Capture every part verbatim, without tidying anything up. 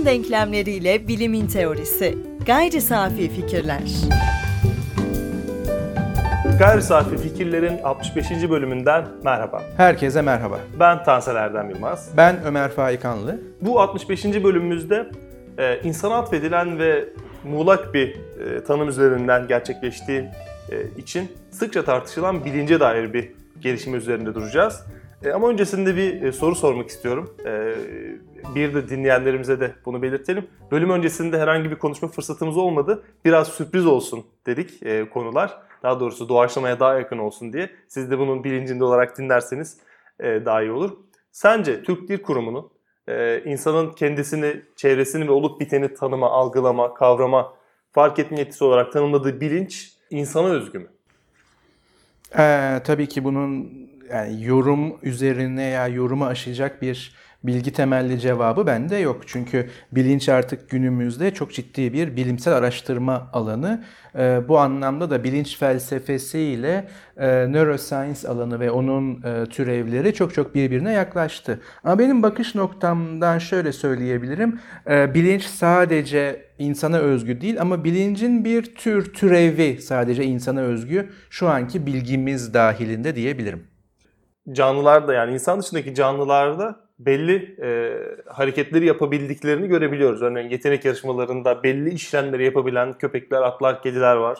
bilim denklemleriyle bilimin teorisi. Gayri safi fikirler. Gayri safi fikirlerin altmış beşinci bölümünden merhaba. Herkese merhaba. Ben Tansel Erdem Yılmaz. Ben Ömer Faikanlı. Bu altmış beşinci bölümümüzde e, insana atfedilen ve muğlak bir e, tanım üzerinden gerçekleştiği e, için sıkça tartışılan bilince dair bir gelişme üzerinde duracağız. E, ama öncesinde bir e, soru sormak istiyorum. E, bir de dinleyenlerimize de bunu belirtelim. Bölüm öncesinde herhangi bir konuşma fırsatımız olmadı. Biraz sürpriz olsun dedik e, konular. Daha doğrusu doğaçlamaya daha yakın olsun diye. Siz de bunun bilincinde olarak dinlerseniz e, daha iyi olur. Sence Türk Dil Kurumu'nun e, insanın kendisini, çevresini ve olup biteni tanıma, algılama, kavrama, fark etme yetisi olarak tanımladığı bilinç insana özgü mü? Ee, tabii ki bunun yani yorum üzerine ya yorumu aşacak bir bilgi temelli cevabı bende yok. Çünkü bilinç artık günümüzde çok ciddi bir bilimsel araştırma alanı. Ee, bu anlamda da bilinç felsefesiyle e, neuroscience alanı ve onun e, türevleri çok çok birbirine yaklaştı. Ama benim bakış noktamdan şöyle söyleyebilirim. E, bilinç sadece insana özgü değil ama bilincin bir tür türevi sadece insana özgü şu anki bilgimiz dahilinde diyebilirim. Canlılarda, yani insan dışındaki canlılarda belli e, hareketleri yapabildiklerini görebiliyoruz. Örneğin yetenek yarışmalarında belli işlemleri yapabilen köpekler, atlar, kediler var.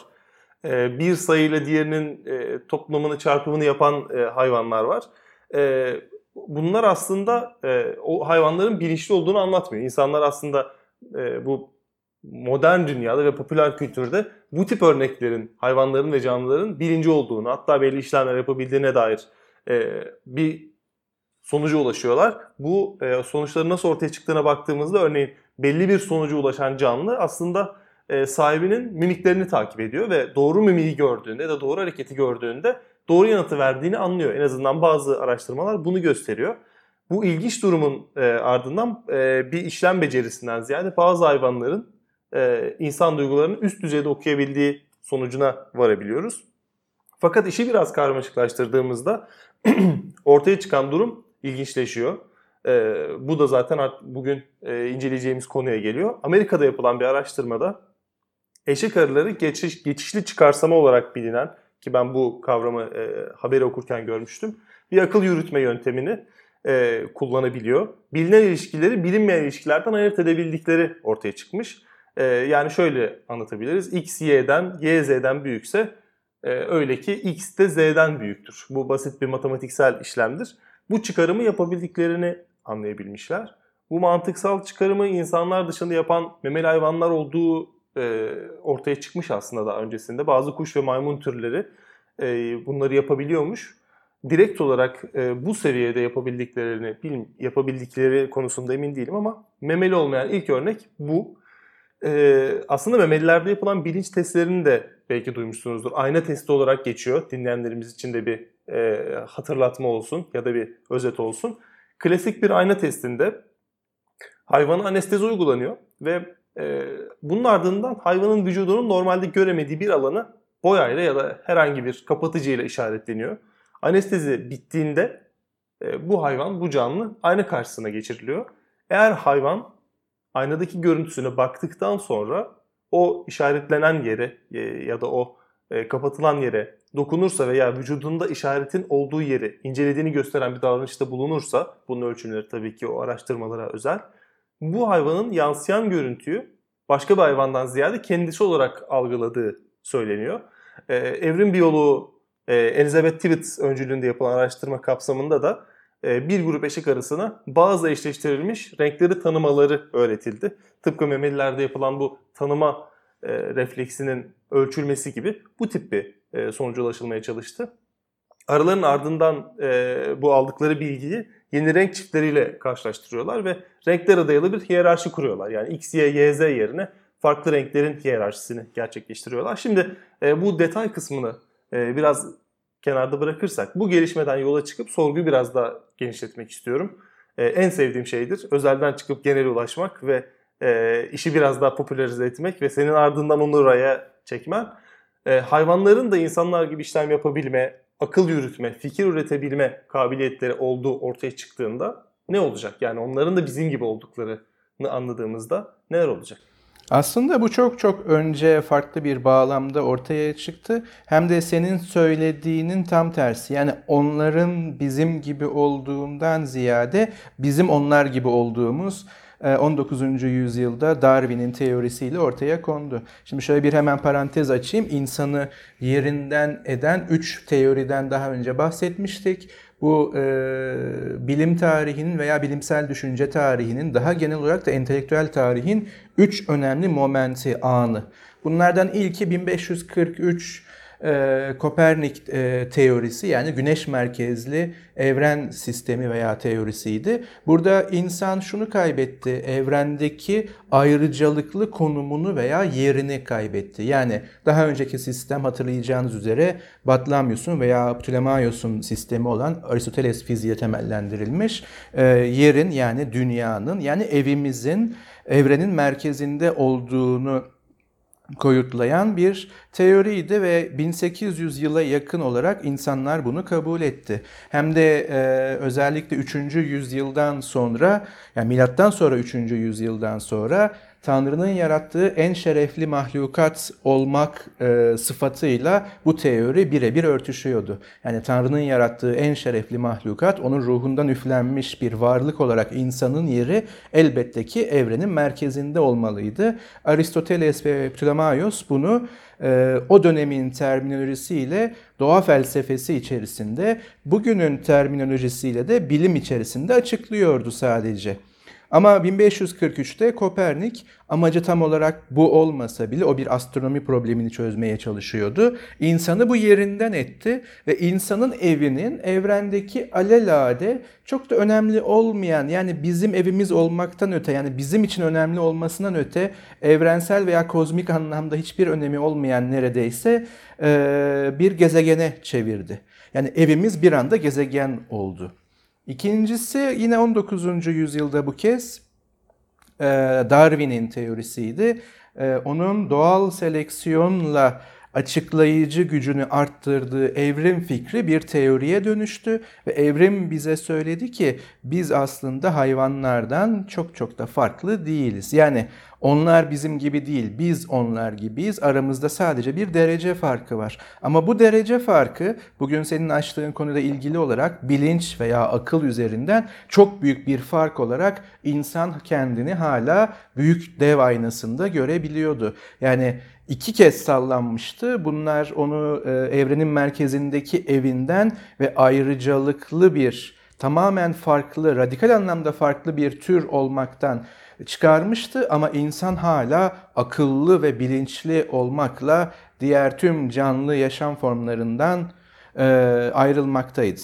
E, bir sayıyla diğerinin e, toplamını, çarpımını yapan e, hayvanlar var. E, bunlar aslında e, o hayvanların bilinçli olduğunu anlatmıyor. İnsanlar aslında e, bu modern dünyada ve popüler kültürde bu tip örneklerin, hayvanların ve canlıların bilinci olduğunu, hatta belli işlemler yapabildiğine dair e, bir sonuca ulaşıyorlar. Bu e, sonuçların nasıl ortaya çıktığına baktığımızda örneğin belli bir sonuca ulaşan canlı aslında e, sahibinin mimiklerini takip ediyor ve doğru mimiği gördüğünde ya da doğru hareketi gördüğünde doğru yanıtı verdiğini anlıyor. En azından bazı araştırmalar bunu gösteriyor. Bu ilginç durumun e, ardından e, bir işlem becerisinden ziyade bazı hayvanların e, insan duygularını üst düzeyde okuyabildiği sonucuna varabiliyoruz. Fakat işi biraz karmaşıklaştırdığımızda ortaya çıkan durum ilginçleşiyor. Ee, bu da zaten artık bugün e, inceleyeceğimiz konuya geliyor. Amerika'da yapılan bir araştırmada eşek arıları geçiş, geçişli çıkarsama olarak bilinen, ki ben bu kavramı e, haberi okurken görmüştüm, bir akıl yürütme yöntemini e, kullanabiliyor. Bilinen ilişkileri bilinmeyen ilişkilerden ayırt edebildikleri ortaya çıkmış. E, yani şöyle anlatabiliriz. X, Y'den, Y, Z'den büyükse e, öyle ki X de Z'den büyüktür. Bu basit bir matematiksel işlemdir. Bu çıkarımı yapabildiklerini anlayabilmişler. Bu mantıksal çıkarımı insanlar dışında yapan memeli hayvanlar olduğu e, ortaya çıkmış aslında daha öncesinde. Bazı kuş ve maymun türleri e, bunları yapabiliyormuş. Direkt olarak e, bu seviyede yapabildiklerini, bilim, yapabildikleri konusunda emin değilim ama memeli olmayan ilk örnek bu. E, aslında memelilerde yapılan bilinç testlerini de belki duymuşsunuzdur. Ayna testi olarak geçiyor. Dinleyenlerimiz için de bir e, hatırlatma olsun ya da bir özet olsun. Klasik bir ayna testinde hayvana anestezi uygulanıyor ve e, bunun ardından hayvanın vücudunun normalde göremediği bir alanı boyayla ya da herhangi bir kapatıcıyla işaretleniyor. Anestezi bittiğinde e, bu hayvan, bu canlı ayna karşısına geçiriliyor. Eğer hayvan aynadaki görüntüsüne baktıktan sonra o işaretlenen yere e, ya da o e, kapatılan yere dokunursa veya vücudunda işaretin olduğu yeri incelediğini gösteren bir davranışta bulunursa, bunun ölçümleri tabii ki o araştırmalara özel, bu hayvanın yansıyan görüntüyü başka bir hayvandan ziyade kendisi olarak algıladığı söyleniyor. Ee, evrim biyoloğu e, Elizabeth Tibbet öncülüğünde yapılan araştırma kapsamında da e, bir grup eşek arısına bazı eşleştirilmiş renkleri tanımaları öğretildi. Tıpkı memelilerde yapılan bu tanıma e, refleksinin ölçülmesi gibi bu tip bir e, sonuca ulaşılmaya çalıştı. Arıların ardından e, bu aldıkları bilgiyi yeni renk çiftleriyle karşılaştırıyorlar ve renklere dayalı bir hiyerarşi kuruyorlar. Yani X, Y, Y, Z yerine farklı renklerin hiyerarşisini gerçekleştiriyorlar. Şimdi e, bu detay kısmını e, biraz kenarda bırakırsak bu gelişmeden yola çıkıp sorguyu biraz daha genişletmek istiyorum. E, en sevdiğim şeydir. Özelden çıkıp genele ulaşmak ve e, işi biraz daha popülerize etmek ve senin ardından onu raya çekmen. E, hayvanların da insanlar gibi işlem yapabilme, akıl yürütme, fikir üretebilme kabiliyetleri olduğu ortaya çıktığında ne olacak? Yani onların da bizim gibi oldukları anladığımızda neler olacak? Aslında bu çok çok önce farklı bir bağlamda ortaya çıktı. Hem de senin söylediğinin tam tersi. Yani onların bizim gibi olduğundan ziyade bizim onlar gibi olduğumuz on dokuzuncu yüzyılda Darwin'in teorisiyle ortaya kondu. Şimdi şöyle bir hemen parantez açayım. İnsanı yerinden eden üç teoriden daha önce bahsetmiştik. Bu e, bilim tarihinin veya bilimsel düşünce tarihinin, daha genel olarak da entelektüel tarihin üç önemli momenti, anı. Bunlardan ilki bin beş yüz kırk üç e, Kopernik e, teorisi, yani güneş merkezli evren sistemi veya teorisiydi. Burada insan şunu kaybetti: evrendeki ayrıcalıklı konumunu veya yerini kaybetti. Yani daha önceki sistem, hatırlayacağınız üzere, Batlamyus'un veya Ptolemaios'un sistemi olan Aristoteles fiziğe temellendirilmiş e, yerin, yani dünyanın, yani evimizin evrenin merkezinde olduğunu koyutlayan bir teoriydi ve bin sekiz yüz yıla yakın olarak insanlar bunu kabul etti. Hem de e, özellikle üçüncü yüzyıldan sonra, yani milattan sonra üçüncü yüzyıldan sonra Tanrı'nın yarattığı en şerefli mahlukat olmak e, sıfatıyla bu teori birebir örtüşüyordu. Yani Tanrı'nın yarattığı en şerefli mahlukat, onun ruhundan üflenmiş bir varlık olarak insanın yeri elbette ki evrenin merkezinde olmalıydı. Aristoteles ve Ptolemaios bunu e, o dönemin terminolojisiyle doğa felsefesi içerisinde, bugünün terminolojisiyle de bilim içerisinde açıklıyordu sadece. Ama bin beş yüz kırk üçte Kopernik, amacı tam olarak bu olmasa bile, o bir astronomi problemini çözmeye çalışıyordu, İnsanı bu yerinden etti ve insanın evinin evrendeki alelade çok da önemli olmayan, yani bizim evimiz olmaktan öte, yani bizim için önemli olmasından öte, evrensel veya kozmik anlamda hiçbir önemi olmayan neredeyse bir gezegene çevirdi. Yani evimiz bir anda gezegen oldu. İkincisi yine on dokuzuncu yüzyılda bu kez Darwin'in teorisiydi. Onun doğal seleksiyonla açıklayıcı gücünü arttırdığı evrim fikri bir teoriye dönüştü ve evrim bize söyledi ki biz aslında hayvanlardan çok çok da farklı değiliz. Yani onlar bizim gibi değil, biz onlar gibiyiz. Aramızda sadece bir derece farkı var. Ama bu derece farkı bugün senin açtığın konuyla ilgili olarak bilinç veya akıl üzerinden çok büyük bir fark olarak insan kendini hala büyük dev aynasında görebiliyordu. Yani iki kez sallanmıştı. Bunlar onu e, evrenin merkezindeki evinden ve ayrıcalıklı bir, tamamen farklı, radikal anlamda farklı bir tür olmaktan çıkarmıştı. Ama insan hala akıllı ve bilinçli olmakla diğer tüm canlı yaşam formlarından e, ayrılmaktaydı.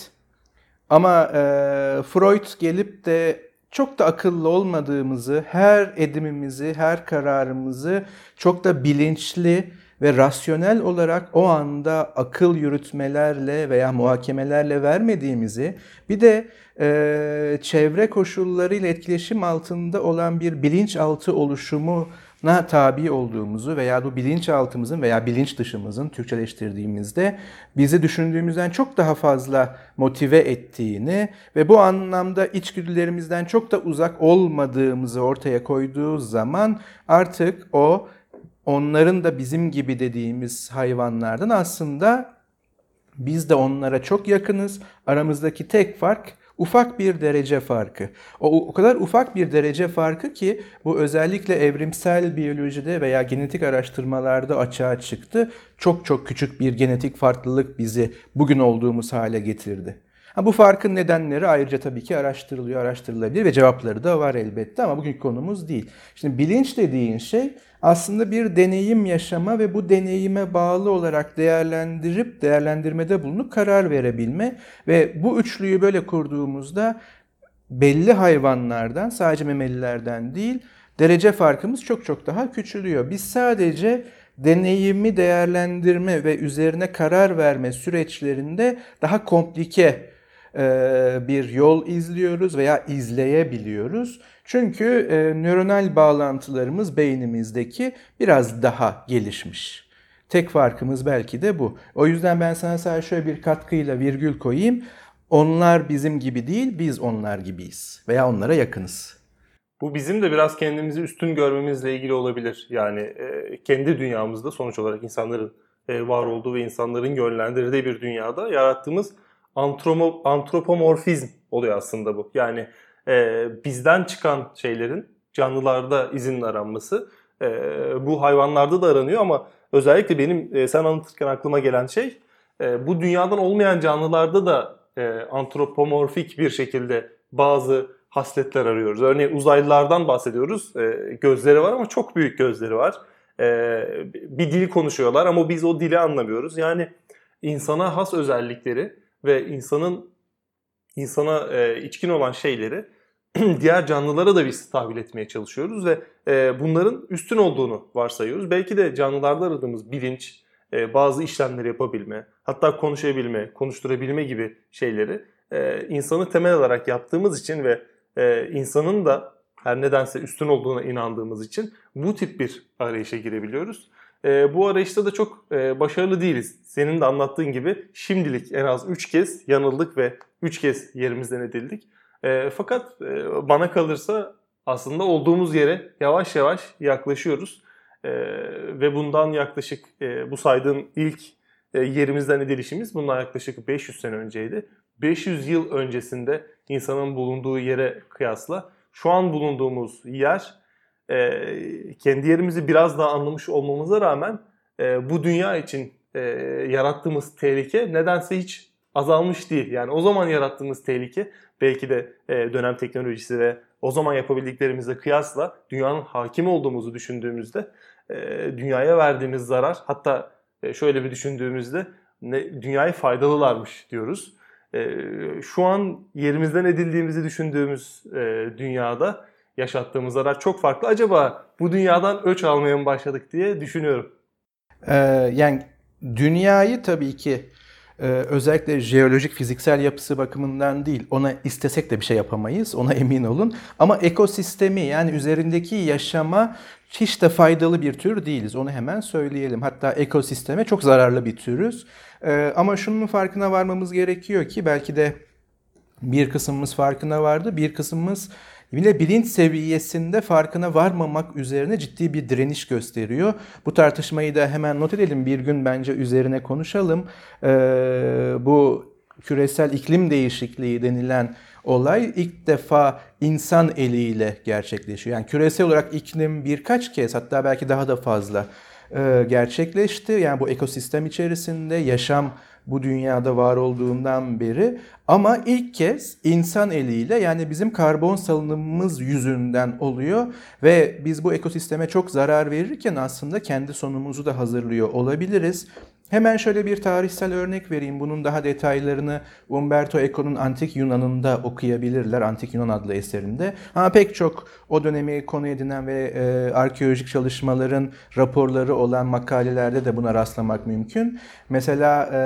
Ama e, Freud gelip de çok da akıllı olmadığımızı, her edimimizi, her kararımızı çok da bilinçli ve rasyonel olarak o anda akıl yürütmelerle veya muhakemelerle vermediğimizi, bir de e, çevre koşullarıyla etkileşim altında olan bir bilinçaltı oluşumuna tabi olduğumuzu veya bu bilinçaltımızın veya bilinç dışımızın, Türkçeleştirdiğimizde, bizi düşündüğümüzden çok daha fazla motive ettiğini ve bu anlamda içgüdülerimizden çok da uzak olmadığımızı ortaya koyduğu zaman artık o, onların da bizim gibi dediğimiz hayvanlardan aslında biz de onlara çok yakınız. Aramızdaki tek fark ufak bir derece farkı. O, o kadar ufak bir derece farkı ki bu özellikle evrimsel biyolojide veya genetik araştırmalarda açığa çıktı. Çok çok küçük bir genetik farklılık bizi bugün olduğumuz hale getirdi. Ha, bu farkın nedenleri ayrıca tabii ki araştırılıyor, araştırılabilir ve cevapları da var elbette ama bugünkü konumuz değil. Şimdi bilinç dediğin şey aslında bir deneyim yaşama ve bu deneyime bağlı olarak değerlendirip değerlendirmede bulunup karar verebilme ve bu üçlüyü böyle kurduğumuzda belli hayvanlardan, sadece memelilerden değil, derece farkımız çok çok daha küçülüyor. Biz sadece deneyimi değerlendirme ve üzerine karar verme süreçlerinde daha komplike bir yol izliyoruz veya izleyebiliyoruz. Çünkü nöronal bağlantılarımız beynimizdeki biraz daha gelişmiş. Tek farkımız belki de bu. O yüzden ben sana sadece şöyle bir katkıyla virgül koyayım. Onlar bizim gibi değil, biz onlar gibiyiz veya onlara yakınız. Bu bizim de biraz kendimizi üstün görmemizle ilgili olabilir. Yani e, kendi dünyamızda sonuç olarak insanların e, var olduğu ve insanların yönlendirdiği bir dünyada yarattığımız antromo, antropomorfizm oluyor aslında bu. Yani e, bizden çıkan şeylerin canlılarda izin aranması e, bu hayvanlarda da aranıyor ama özellikle benim e, sen anlatırken aklıma gelen şey e, bu dünyadan olmayan canlılarda da e, antropomorfik bir şekilde bazı hasletler arıyoruz. Örneğin uzaylılardan bahsediyoruz. E, gözleri var ama çok büyük gözleri var. E, bir dil konuşuyorlar ama biz o dili anlamıyoruz. Yani insana has özellikleri ve insanın insana e, içkin olan şeyleri diğer canlılara da biz tahvil etmeye çalışıyoruz ve e, bunların üstün olduğunu varsayıyoruz. Belki de canlılarda aradığımız bilinç, e, bazı işlemleri yapabilme, hatta konuşabilme, konuşturabilme gibi şeyleri e, insanı temel olarak yaptığımız için ve e, insanın da her nedense üstün olduğuna inandığımız için bu tip bir arayışa girebiliyoruz. E, bu arayışta da çok e, başarılı değiliz. Senin de anlattığın gibi şimdilik en az üç kez yanıldık ve üç kez yerimizden edildik. E, fakat e, bana kalırsa aslında olduğumuz yere yavaş yavaş yaklaşıyoruz. E, ve bundan yaklaşık e, bu saydığım ilk e, yerimizden edilişimiz bundan yaklaşık beş yüz sene önceydi. beş yüz yıl öncesinde insanın bulunduğu yere kıyasla şu an bulunduğumuz yer e, kendi yerimizi biraz daha anlamış olmamıza rağmen e, bu dünya için e, yarattığımız tehlike nedense hiç azalmış değil. Yani o zaman yarattığımız tehlike belki de e, dönem teknolojisi ve o zaman yapabildiklerimizle kıyasla dünyanın hakim olduğumuzu düşündüğümüzde e, dünyaya verdiğimiz zarar, hatta e, şöyle bir düşündüğümüzde ne, dünyaya faydalılarmış diyoruz. E, şu an yerimizden edildiğimizi düşündüğümüz e, dünyada yaşattığımız zarar çok farklı. Acaba bu dünyadan öç almaya mı başladık diye düşünüyorum. Ee, yani dünyayı tabii ki e, özellikle jeolojik fiziksel yapısı bakımından değil, ona istesek de bir şey yapamayız, ona emin olun. Ama ekosistemi, yani üzerindeki yaşama hiç de faydalı bir tür değiliz, onu hemen söyleyelim. Hatta ekosisteme çok zararlı bir türüz. Ee, ama şunun farkına varmamız gerekiyor ki belki de bir kısmımız farkına vardı, bir kısmımız bile bilinç seviyesinde farkına varmamak üzerine ciddi bir direniş gösteriyor. Bu tartışmayı da hemen not edelim. Bir gün bence üzerine konuşalım. Ee, bu küresel iklim değişikliği denilen olay ilk defa insan eliyle gerçekleşiyor. Yani küresel olarak iklim birkaç kez, hatta belki daha da fazla e, gerçekleşti. Yani bu ekosistem içerisinde yaşam bu dünyada var olduğundan beri, ama ilk kez insan eliyle, yani bizim karbon salınımımız yüzünden oluyor ve biz bu ekosisteme çok zarar verirken aslında kendi sonumuzu da hazırlıyor olabiliriz. Hemen şöyle bir tarihsel örnek vereyim. Bunun daha detaylarını Umberto Eco'nun Antik Yunan'ında okuyabilirler. Antik Yunan adlı eserinde. Ama pek çok o dönemi konu edinen ve e, arkeolojik çalışmaların raporları olan makalelerde de buna rastlamak mümkün. Mesela e,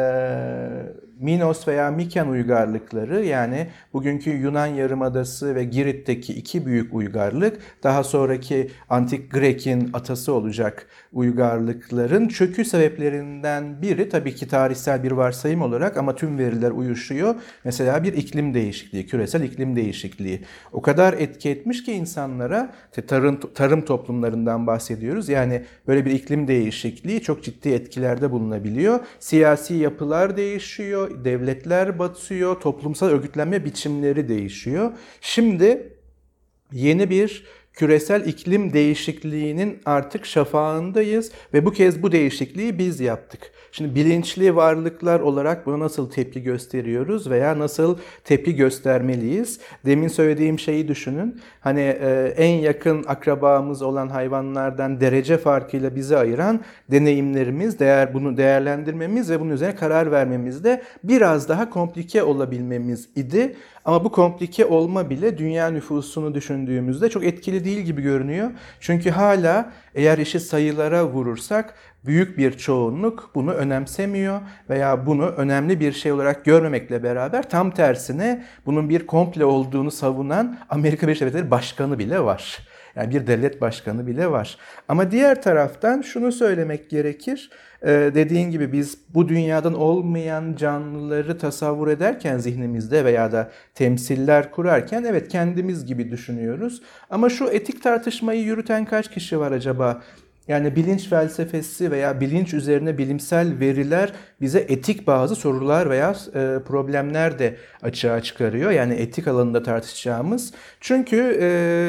Minos veya Miken uygarlıkları, yani bugünkü Yunan Yarımadası ve Girit'teki iki büyük uygarlık, daha sonraki Antik Grek'in atası olacak uygarlıkların çökü sebeplerinden biri, tabii ki tarihsel bir varsayım olarak ama tüm veriler uyuşuyor. Mesela bir iklim değişikliği, küresel iklim değişikliği. O kadar etki etmiş ki insanlara, tarım, tarım toplumlarından bahsediyoruz. Yani böyle bir iklim değişikliği çok ciddi etkilerde bulunabiliyor. Siyasi yapılar değişiyor, devletler batıyor, toplumsal örgütlenme biçimleri değişiyor. Şimdi yeni bir küresel iklim değişikliğinin artık şafağındayız ve bu kez bu değişikliği biz yaptık. Şimdi bilinçli varlıklar olarak buna nasıl tepki gösteriyoruz veya nasıl tepki göstermeliyiz? Demin söylediğim şeyi düşünün. Hani e, en yakın akrabamız olan hayvanlardan derece farkıyla bizi ayıran deneyimlerimiz, değer bunu değerlendirmemiz ve bunun üzerine karar vermemizde biraz daha komplike olabilmemiz idi. Ama bu komplike olma bile dünya nüfusunu düşündüğümüzde çok etkili değil gibi görünüyor. Çünkü hala eğer işi sayılara vurursak büyük bir çoğunluk bunu önemsemiyor veya bunu önemli bir şey olarak görmemekle beraber tam tersine bunun bir komple olduğunu savunan Amerika Birleşik Devletleri Başkanı bile var. Yani bir devlet başkanı bile var. Ama diğer taraftan şunu söylemek gerekir. Ee, dediğin gibi biz bu dünyadan olmayan canlıları tasavvur ederken zihnimizde veya da temsiller kurarken evet kendimiz gibi düşünüyoruz. Ama şu etik tartışmayı yürüten kaç kişi var acaba? Yani bilinç felsefesi veya bilinç üzerine bilimsel veriler bize etik bazı sorular veya e, problemler de açığa çıkarıyor. Yani etik alanında tartışacağımız. Çünkü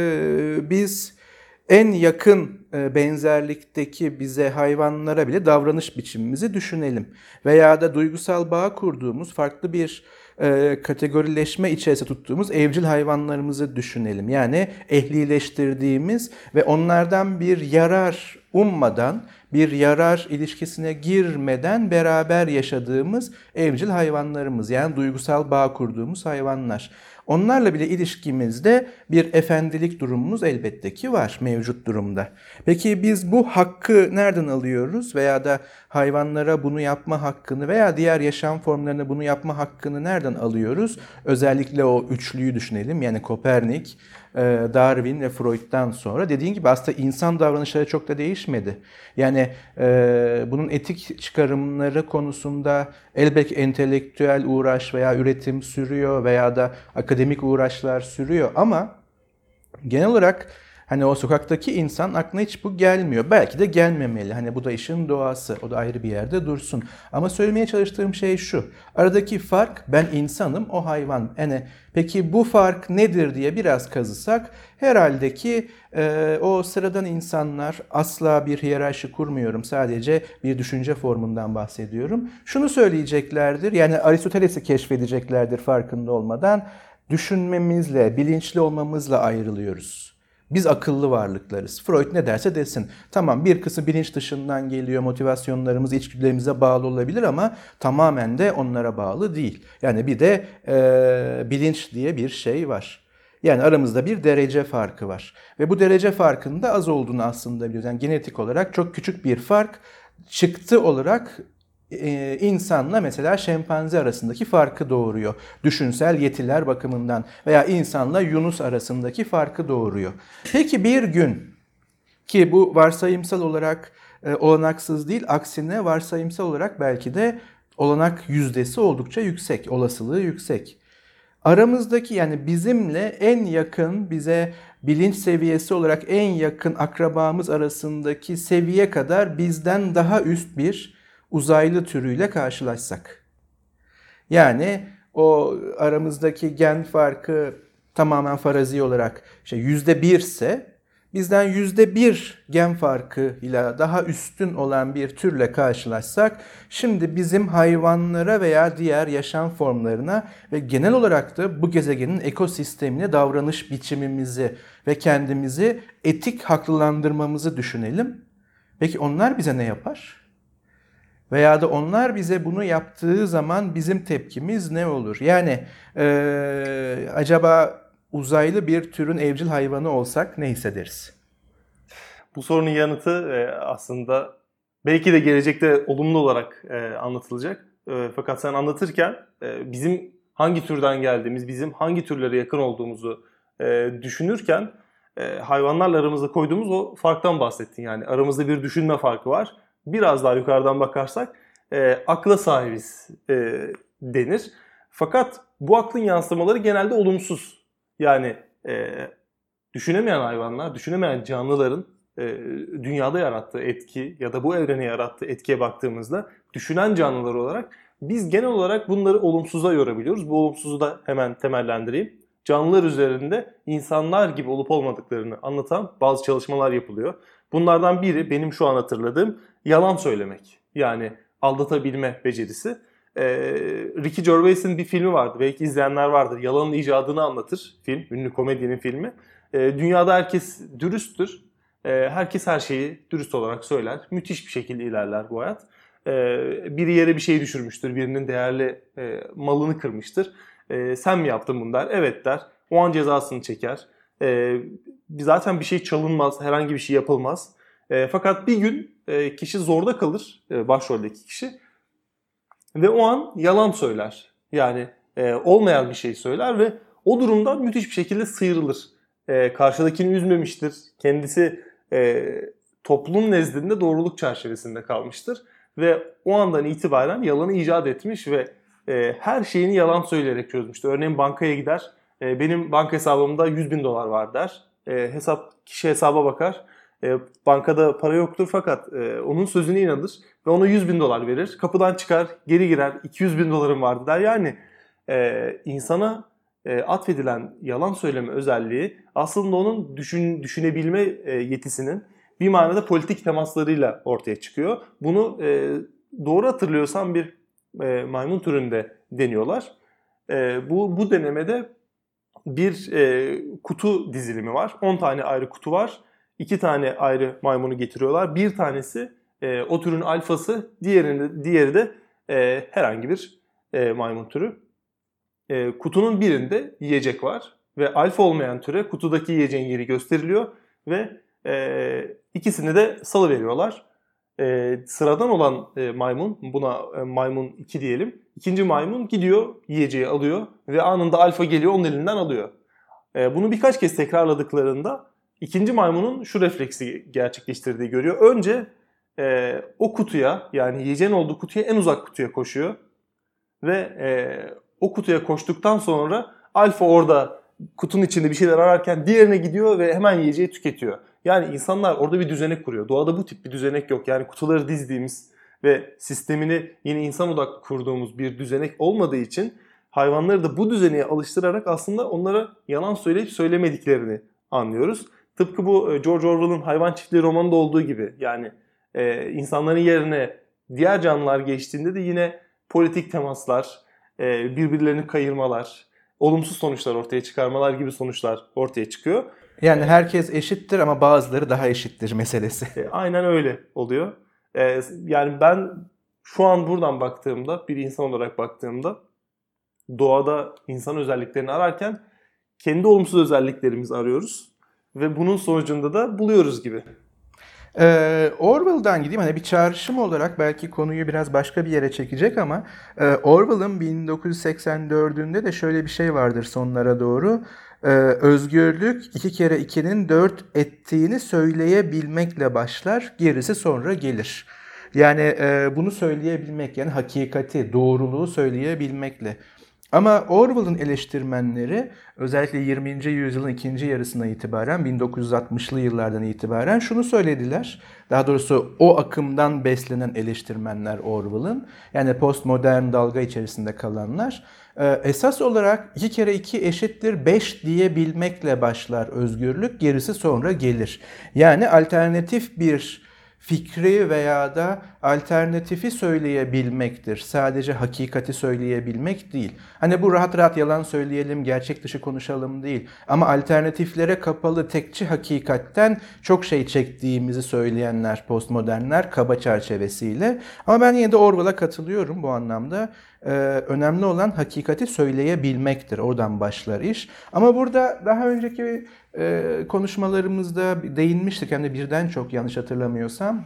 e, biz en yakın e, benzerlikteki bize hayvanlara bile davranış biçimimizi düşünelim. Veya da duygusal bağ kurduğumuz farklı bir e, kategorileşme içerisinde tuttuğumuz evcil hayvanlarımızı düşünelim. Yani ehlileştirdiğimiz ve onlardan bir yarar ummadan, bir yarar ilişkisine girmeden beraber yaşadığımız evcil hayvanlarımız. Yani duygusal bağ kurduğumuz hayvanlar. Onlarla bile ilişkimizde bir efendilik durumumuz elbette ki var mevcut durumda. Peki biz bu hakkı nereden alıyoruz veya da hayvanlara bunu yapma hakkını veya diğer yaşam formlarına bunu yapma hakkını nereden alıyoruz? Özellikle o üçlüyü düşünelim. Yani Kopernik, Darwin ve Freud'dan sonra dediğin gibi aslında insan davranışları çok da değişmedi. Yani e, bunun etik çıkarımları konusunda elbette entelektüel uğraş veya üretim sürüyor veya da akademik uğraşlar sürüyor ama genel olarak hani o sokaktaki insan aklına hiç bu gelmiyor. Belki de gelmemeli. Hani bu da işin doğası. O da ayrı bir yerde dursun. Ama söylemeye çalıştığım şey şu. Aradaki fark ben insanım, o hayvan. Yani peki bu fark nedir diye biraz kazısak herhalde ki e, o sıradan insanlar asla bir hiyerarşi kurmuyorum. Sadece bir düşünce formundan bahsediyorum. Şunu söyleyeceklerdir. Yani Aristoteles'i keşfedeceklerdir farkında olmadan. Düşünmemizle, bilinçli olmamızla ayrılıyoruz. Biz akıllı varlıklarız. Freud ne derse desin. Tamam bir kısmı bilinç dışından geliyor, motivasyonlarımız, içgüdülerimize bağlı olabilir ama tamamen de onlara bağlı değil. Yani bir de e, bilinç diye bir şey var. Yani aramızda bir derece farkı var. Ve bu derece farkının da az olduğunu aslında biliyoruz. Yani genetik olarak çok küçük bir fark çıktı olarak Ee, insanla mesela şempanze arasındaki farkı doğuruyor. Düşünsel yetiler bakımından veya insanla Yunus arasındaki farkı doğuruyor. Peki bir gün ki bu varsayımsal olarak e, olanaksız değil, aksine varsayımsal olarak belki de olanak yüzdesi oldukça yüksek, olasılığı yüksek. Aramızdaki yani bizimle en yakın, bize bilinç seviyesi olarak en yakın akrabamız arasındaki seviye kadar bizden daha üst bir uzaylı türüyle karşılaşsak. Yani o aramızdaki gen farkı tamamen farazi olarak şey yüzde bir ise bizden yüzde bir gen farkıyla daha üstün olan bir türle karşılaşsak şimdi bizim hayvanlara veya diğer yaşam formlarına ve genel olarak da bu gezegenin ekosistemine davranış biçimimizi ve kendimizi etik haklılandırmamızı düşünelim. Peki onlar bize ne yapar? Veya da onlar bize bunu yaptığı zaman bizim tepkimiz ne olur? Yani ee, acaba uzaylı bir türün evcil hayvanı olsak ne hissederiz? Bu sorunun yanıtı e, aslında belki de gelecekte olumlu olarak e, anlatılacak. E, fakat sen anlatırken e, bizim hangi türden geldiğimiz, bizim hangi türlere yakın olduğumuzu e, düşünürken e, hayvanlarla aramızda koyduğumuz o farktan bahsettin. Yani aramızda bir düşünme farkı var. Biraz daha yukarıdan bakarsak e, akla sahibiz e, denir. Fakat bu aklın yansımaları genelde olumsuz. Yani e, düşünemeyen hayvanlar, düşünemeyen canlıların e, dünyada yarattığı etki ya da bu evrene yarattığı etkiye baktığımızda düşünen canlılar olarak biz genel olarak bunları olumsuza yorabiliyoruz. Bu olumsuzu da hemen temellendireyim. Canlılar üzerinde insanlar gibi olup olmadıklarını anlatan bazı çalışmalar yapılıyor. Bunlardan biri benim şu an hatırladığım yalan söylemek. Yani aldatabilme becerisi. Ee, Ricky Gervais'in bir filmi vardı. Belki izleyenler vardır. Yalanın icadını anlatır film. Ünlü komedyenin filmi. Ee, dünyada herkes dürüsttür. Ee, herkes her şeyi dürüst olarak söyler. Müthiş bir şekilde ilerler bu hayat. Ee, biri yere bir şey düşürmüştür. Birinin değerli e, malını kırmıştır. Ee, sen mi yaptın bunu der. Evet der. O an cezasını çeker. Ee, zaten bir şey çalınmaz. Herhangi bir şey yapılmaz. E, fakat bir gün e, kişi zorda kalır. E, başroldeki kişi. Ve o an yalan söyler. Yani e, olmayan bir şey söyler ve o durumdan müthiş bir şekilde sıyrılır. e, karşıdakini üzmemiştir. Kendisi e, toplum nezdinde doğruluk çerçevesinde kalmıştır. Ve o andan itibaren yalanı icat etmiş ve e, her şeyini yalan söyleyerek çözmüştür. Örneğin bankaya gider, e, benim banka hesabımda yüz bin dolar var der. E, hesap kişi hesaba bakar. E, bankada para yoktur fakat e, onun sözüne inanır ve ona yüz bin dolar verir. Kapıdan çıkar, geri girer, iki yüz bin dolarım vardı der. Yani e, insana e, atfedilen yalan söyleme özelliği aslında onun düşün, düşünebilme e, yetisinin bir manada politik temaslarıyla ortaya çıkıyor. Bunu e, doğru hatırlıyorsam bir e, maymun türünde deniyorlar. E, bu, bu denemede bir e, kutu dizilimi var. on tane ayrı kutu var. iki tane ayrı maymunu getiriyorlar. Bir tanesi e, o türün alfası, diğerinde, diğeri de e, herhangi bir e, maymun türü. E, kutunun birinde yiyecek var ve alfa olmayan türe kutudaki yiyeceğin yeri gösteriliyor ve e, ikisini de salıveriyorlar. E, sıradan olan e, maymun, buna e, maymun iki diyelim. İkinci maymun gidiyor, yiyeceği alıyor ve anında alfa geliyor, onun elinden alıyor. E, bunu birkaç kez tekrarladıklarında ikinci maymunun şu refleksi gerçekleştirdiği görüyor. Önce e, o kutuya, yani yiyeceğin olduğu kutuya, en uzak kutuya koşuyor. Ve e, o kutuya koştuktan sonra alfa orada kutunun içinde bir şeyler ararken diğerine gidiyor ve hemen yiyeceği tüketiyor. Yani insanlar orada bir düzenek kuruyor. Doğada bu tip bir düzenek yok. Yani kutuları dizdiğimiz ve sistemini yine insan odaklı kurduğumuz bir düzenek olmadığı için hayvanları da bu düzeneye alıştırarak aslında onlara yalan söyleyip söylemediklerini anlıyoruz. Tıpkı bu George Orwell'ın Hayvan Çiftliği romanında olduğu gibi. Yani e, insanların yerine diğer canlılar geçtiğinde de yine politik temaslar, e, birbirlerini kayırmalar, olumsuz sonuçlar ortaya çıkarmalar gibi sonuçlar ortaya çıkıyor. Yani herkes eşittir ama bazıları daha eşittir meselesi. E, aynen öyle oluyor. E, yani ben şu an buradan baktığımda, bir insan olarak baktığımda doğada insan özelliklerini ararken kendi olumsuz özelliklerimizi arıyoruz. Ve bunun sonucunda da buluyoruz gibi. Ee, Orwell'dan gideyim. Hani bir çağrışım olarak belki konuyu biraz başka bir yere çekecek ama e, Orwell'ın bin dokuz yüz seksen dördünde de şöyle bir şey vardır sonlara doğru. Ee, özgürlük iki kere ikinin dört ettiğini söyleyebilmekle başlar, gerisi sonra gelir. Yani e, bunu söyleyebilmek, yani hakikati, doğruluğu söyleyebilmekle. Ama Orwell'ın eleştirmenleri özellikle yirminci yüzyılın ikinci yarısına itibaren, bin dokuz yüz altmışlı yıllardan itibaren şunu söylediler. Daha doğrusu o akımdan beslenen eleştirmenler Orwell'ın, yani postmodern dalga içerisinde kalanlar, esas olarak iki kere iki eşittir beş diyebilmekle başlar özgürlük, gerisi sonra gelir. Yani alternatif bir fikri veya da alternatifi söyleyebilmektir. Sadece hakikati söyleyebilmek değil. Hani bu rahat rahat yalan söyleyelim, gerçek dışı konuşalım değil. Ama alternatiflere kapalı tekçi hakikatten çok şey çektiğimizi söyleyenler, postmodernler kaba çerçevesiyle. Ama ben yine de Orwell'a katılıyorum bu anlamda. Ee, önemli olan hakikati söyleyebilmektir. Oradan başlar iş. Ama burada daha önceki e, konuşmalarımızda değinmiştik. Hem de birden çok, yanlış hatırlamıyorsam.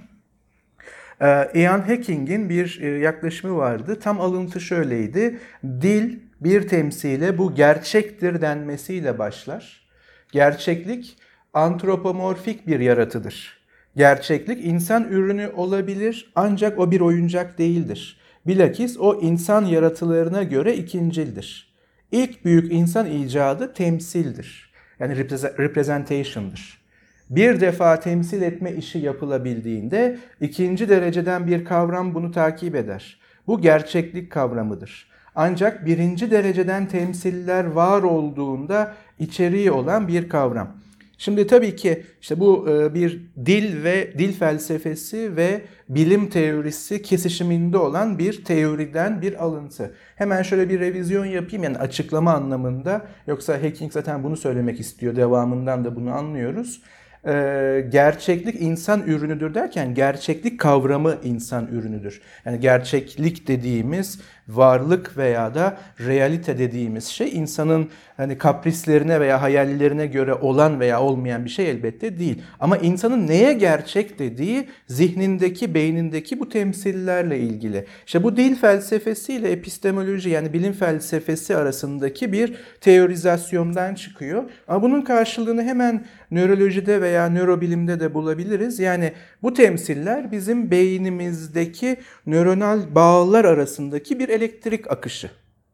Ee, Ian Hacking'in bir e, yaklaşımı vardı. Tam alıntı şöyleydi. Dil bir temsile bu gerçektir denmesiyle başlar. Gerçeklik antropomorfik bir yaratıdır. Gerçeklik insan ürünü olabilir ancak o bir oyuncak değildir. Bilakis o insan yaratılarına göre ikincildir. İlk büyük insan icadı temsildir. Yani representation'dır. Bir defa temsil etme işi yapılabildiğinde ikinci dereceden bir kavram bunu takip eder. Bu gerçeklik kavramıdır. Ancak birinci dereceden temsiller var olduğunda içeriği olan bir kavram. Şimdi tabii ki işte bu bir dil ve dil felsefesi ve bilim teorisi kesişiminde olan bir teoriden bir alıntı. Hemen şöyle bir revizyon yapayım, yani açıklama anlamında. Yoksa Hacking zaten bunu söylemek istiyor, devamından da bunu anlıyoruz. Ee, gerçeklik insan ürünüdür derken gerçeklik kavramı insan ürünüdür. Yani gerçeklik dediğimiz varlık veya da realite dediğimiz şey insanın hani kaprislerine veya hayallerine göre olan veya olmayan bir şey elbette değil. Ama insanın neye gerçek dediği zihnindeki, beynindeki bu temsillerle ilgili. İşte bu dil felsefesiyle epistemoloji yani bilim felsefesi arasındaki bir teorizasyondan çıkıyor. Ama bunun karşılığını hemen nörolojide veya nörobilimde de bulabiliriz. Yani bu temsiller bizim beynimizdeki nöronal bağlar arasındaki bir elektrik akışı.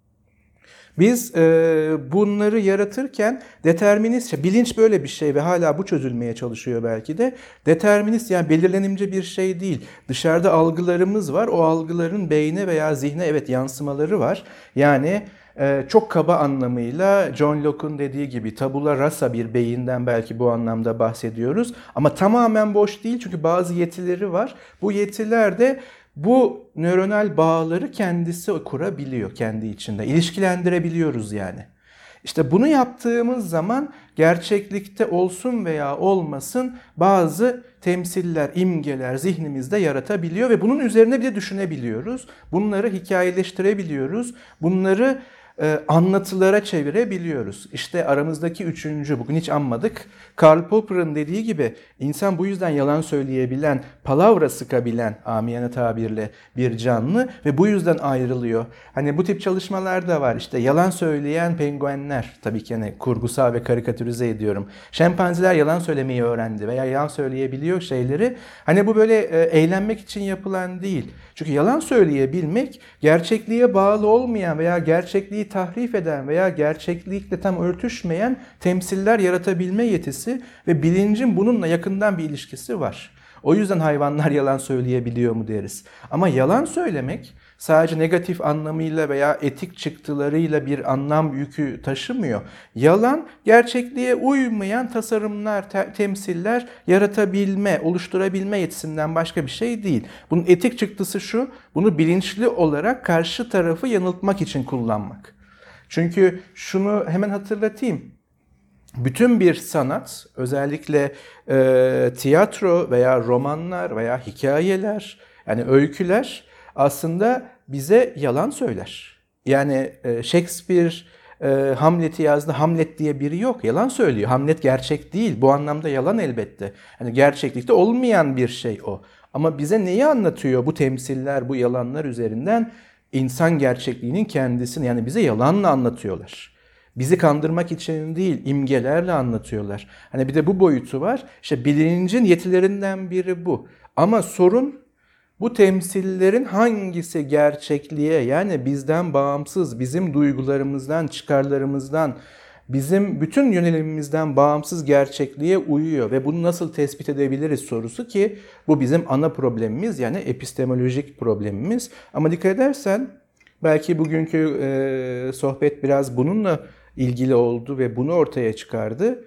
Biz e, bunları yaratırken determinist, bilinç böyle bir şey ve hala bu çözülmeye çalışıyor belki de. Determinist yani belirlenimci bir şey değil. Dışarıda algılarımız var. O algıların beyne veya zihne evet yansımaları var. Yani e, çok kaba anlamıyla John Locke'un dediği gibi tabula rasa bir beyinden belki bu anlamda bahsediyoruz. Ama tamamen boş değil çünkü bazı yetileri var. Bu yetiler de bu nöronal bağları kendisi kurabiliyor kendi içinde. İlişkilendirebiliyoruz yani. İşte bunu yaptığımız zaman gerçeklikte olsun veya olmasın bazı temsiller, imgeler zihnimizde yaratabiliyor ve bunun üzerine bir de düşünebiliyoruz. Bunları hikayeleştirebiliyoruz. Bunları e, anlatılara çevirebiliyoruz. İşte aramızdaki üçüncü, bugün hiç anmadık. Karl Popper'ın dediği gibi insan bu yüzden yalan söyleyebilen, palavra sıkabilen amiyane tabirle bir canlı ve bu yüzden ayrılıyor. Hani bu tip çalışmalar da var. İşte yalan söyleyen penguenler, tabii ki hani kurgusal ve karikatürize ediyorum. Şempanzeler yalan söylemeyi öğrendi veya yalan söyleyebiliyor şeyleri. Hani bu böyle e, eğlenmek için yapılan değil. Çünkü yalan söyleyebilmek gerçekliğe bağlı olmayan veya gerçekliği tahrif eden veya gerçeklikle tam örtüşmeyen temsiller yaratabilme yetisi ve bilincin bununla yakından bir ilişkisi var. O yüzden hayvanlar yalan söyleyebiliyor mu deriz. Ama yalan söylemek sadece negatif anlamıyla veya etik çıktılarıyla bir anlam yükü taşımıyor. Yalan, gerçekliğe uymayan tasarımlar, te- temsiller yaratabilme, oluşturabilme yetisinden başka bir şey değil. Bunun etik çıktısı şu, bunu bilinçli olarak karşı tarafı yanıltmak için kullanmak. Çünkü şunu hemen hatırlatayım. Bütün bir sanat, özellikle e, tiyatro veya romanlar veya hikayeler, yani öyküler aslında bize yalan söyler. Yani e, Shakespeare e, Hamlet'i yazdı, Hamlet diye biri yok, yalan söylüyor. Hamlet gerçek değil, bu anlamda yalan elbette. Yani gerçeklikte olmayan bir şey o. Ama bize neyi anlatıyor bu temsiller, bu yalanlar üzerinden? İnsan gerçekliğinin kendisini, yani bize yalanla anlatıyorlar. Bizi kandırmak için değil, imgelerle anlatıyorlar. Hani bir de bu boyutu var. İşte bilincin yetilerinden biri bu. Ama sorun bu temsillerin hangisi gerçekliğe, yani bizden bağımsız, bizim duygularımızdan, çıkarlarımızdan, bizim bütün yönelimimizden bağımsız gerçekliğe uyuyor ve bunu nasıl tespit edebiliriz sorusu ki bu bizim ana problemimiz, yani epistemolojik problemimiz. Ama dikkat edersen belki bugünkü e, sohbet biraz bununla ilgili oldu ve bunu ortaya çıkardı.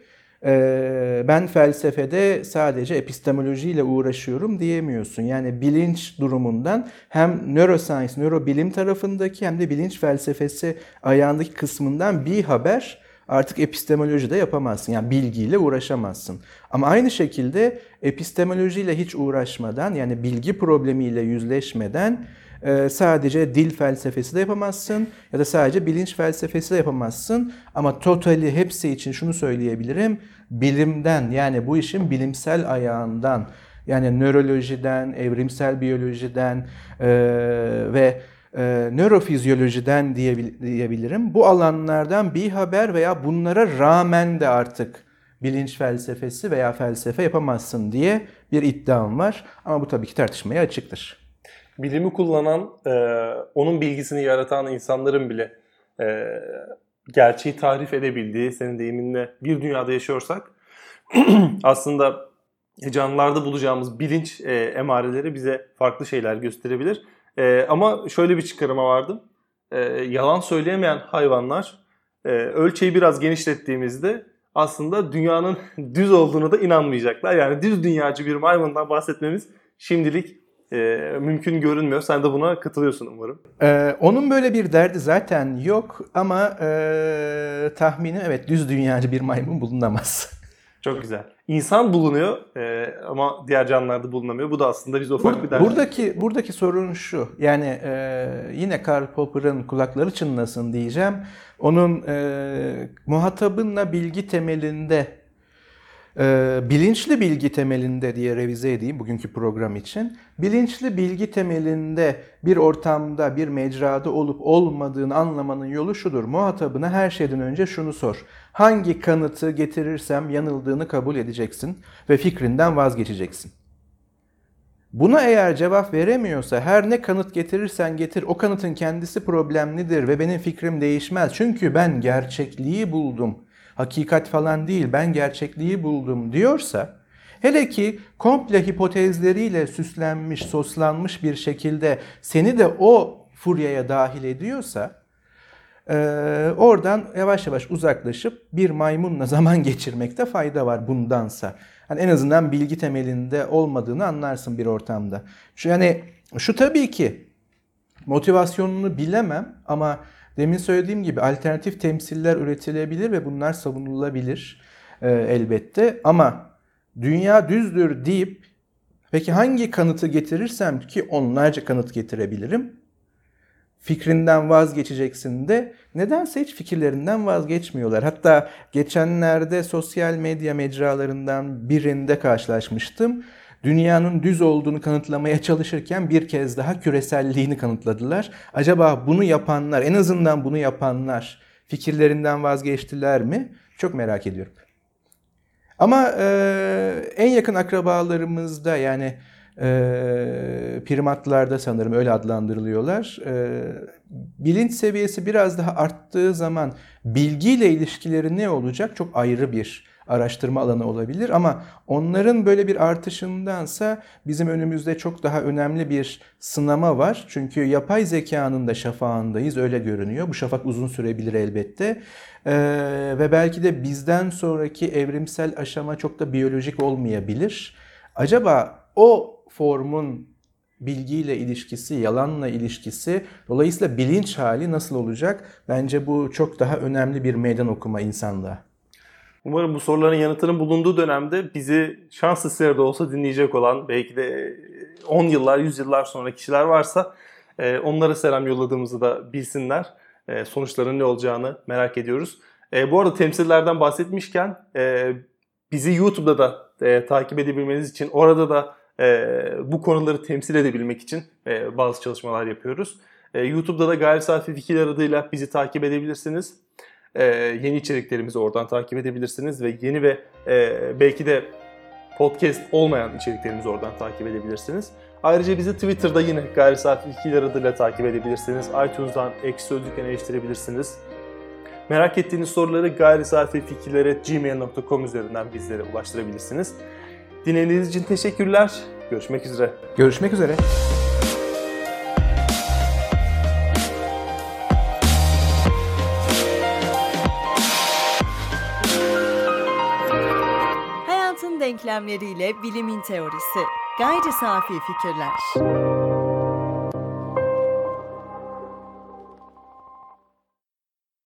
E, ben felsefede sadece epistemolojiyle uğraşıyorum diyemiyorsun. Yani bilinç durumundan hem neuroscience, nörobilim tarafındaki hem de bilinç felsefesi ayağındaki kısmından bir haber artık epistemolojide yapamazsın. Yani bilgiyle uğraşamazsın. Ama aynı şekilde epistemolojiyle hiç uğraşmadan, yani bilgi problemiyle yüzleşmeden sadece dil felsefesi de yapamazsın ya da sadece bilinç felsefesi de yapamazsın. Ama totali hepsi için şunu söyleyebilirim. Bilimden, yani bu işin bilimsel ayağından, yani nörolojiden, evrimsel biyolojiden e, ve e, nörofizyolojiden diyebilirim. Bu alanlardan bir haber veya bunlara rağmen de artık bilinç felsefesi veya felsefe yapamazsın diye bir iddiam var. Ama bu tabii ki tartışmaya açıktır. Bilimi kullanan, e, onun bilgisini yaratan insanların bile e, gerçeği tahrif edebildiği, senin deyiminle bir dünyada yaşıyorsak aslında canlılarda bulacağımız bilinç e, emareleri bize farklı şeyler gösterebilir. E, ama şöyle bir çıkarıma vardım. E, yalan söyleyemeyen hayvanlar e, ölçeği biraz genişlettiğimizde aslında dünyanın düz olduğunu da inanmayacaklar. Yani düz dünyacı bir maymundan bahsetmemiz şimdilik E, mümkün görünmüyor. Sen de buna katılıyorsun umarım. Ee, onun böyle bir derdi zaten yok ama e, tahminim evet düz dünyacı bir maymun bulunamaz. Çok güzel. İnsan bulunuyor e, ama diğer canlılarda bulunamıyor. Bu da aslında biz ufak bir ders. Buradaki buradaki sorun şu. Yani e, yine Karl Popper'ın kulakları çınlasın diyeceğim. Onun e, muhatabınla bilgi temelinde, e, bilinçli bilgi temelinde diye revize edeyim bugünkü program için. Bilinçli bilgi temelinde bir ortamda, bir mecrada olup olmadığını anlamanın yolu şudur. Muhatabına her şeyden önce şunu sor. Hangi kanıtı getirirsem yanıldığını kabul edeceksin ve fikrinden vazgeçeceksin. Buna eğer cevap veremiyorsa her ne kanıt getirirsen getir o kanıtın kendisi problemlidir ve benim fikrim değişmez. Çünkü ben gerçekliği buldum. Hakikat falan değil, ben gerçekliği buldum diyorsa, hele ki komple hipotezleriyle süslenmiş, soslanmış bir şekilde seni de o furyaya dahil ediyorsa, Ee, oradan yavaş yavaş uzaklaşıp bir maymunla zaman geçirmekte fayda var bundansa. Yani en azından bilgi temelinde olmadığını anlarsın bir ortamda. Şu yani şu tabii ki motivasyonunu bilemem ama demin söylediğim gibi alternatif temsiller üretilebilir ve bunlar savunulabilir e, elbette. Ama dünya düzdür deyip peki hangi kanıtı getirirsem ki onlarca kanıt getirebilirim? Fikrinden vazgeçeceksin de nedense hiç fikirlerinden vazgeçmiyorlar. Hatta geçenlerde sosyal medya mecralarından birinde karşılaşmıştım. Dünyanın düz olduğunu kanıtlamaya çalışırken bir kez daha küreselliğini kanıtladılar. Acaba bunu yapanlar, en azından bunu yapanlar fikirlerinden vazgeçtiler mi? Çok merak ediyorum. Ama e, en yakın akrabalarımızda yani E, primatlarda sanırım öyle adlandırılıyorlar. E, bilinç seviyesi biraz daha arttığı zaman bilgiyle ilişkileri ne olacak? Çok ayrı bir araştırma alanı olabilir ama onların böyle bir artışındansa bizim önümüzde çok daha önemli bir sınama var. Çünkü yapay zekanın da şafağındayız, öyle görünüyor. Bu şafak uzun sürebilir elbette. E, ve belki de bizden sonraki evrimsel aşama çok da biyolojik olmayabilir. Acaba o formun bilgiyle ilişkisi, yalanla ilişkisi, dolayısıyla bilinç hali nasıl olacak? Bence bu çok daha önemli bir meydan okuma insanlığa. Umarım bu soruların yanıtının bulunduğu dönemde bizi şans eseri de olsa dinleyecek olan, belki de on yıllar, yüz yıllar sonra kişiler varsa onlara selam yolladığımızı da bilsinler. Sonuçların ne olacağını merak ediyoruz. Bu arada temsillerden bahsetmişken bizi YouTube'da da takip edebilmeniz için, orada da Ee, bu konuları temsil edebilmek için e, bazı çalışmalar yapıyoruz. E, YouTube'da da Gayri Safi Fikirler adıyla bizi takip edebilirsiniz. E, yeni içeriklerimizi oradan takip edebilirsiniz ve yeni ve e, belki de podcast olmayan içeriklerimizi oradan takip edebilirsiniz. Ayrıca bizi Twitter'da yine Gayri Safi Fikirler adıyla takip edebilirsiniz. iTunes'dan Ekşi Sözlük'ten eleştirebilirsiniz. Merak ettiğiniz soruları gayrisafifikirler at gmail nokta com üzerinden bizlere ulaştırabilirsiniz. Dinlediğiniz için teşekkürler. Görüşmek üzere. Görüşmek üzere. Hayatın denklemleriyle bilimin teorisi. Gayri safi fikirler.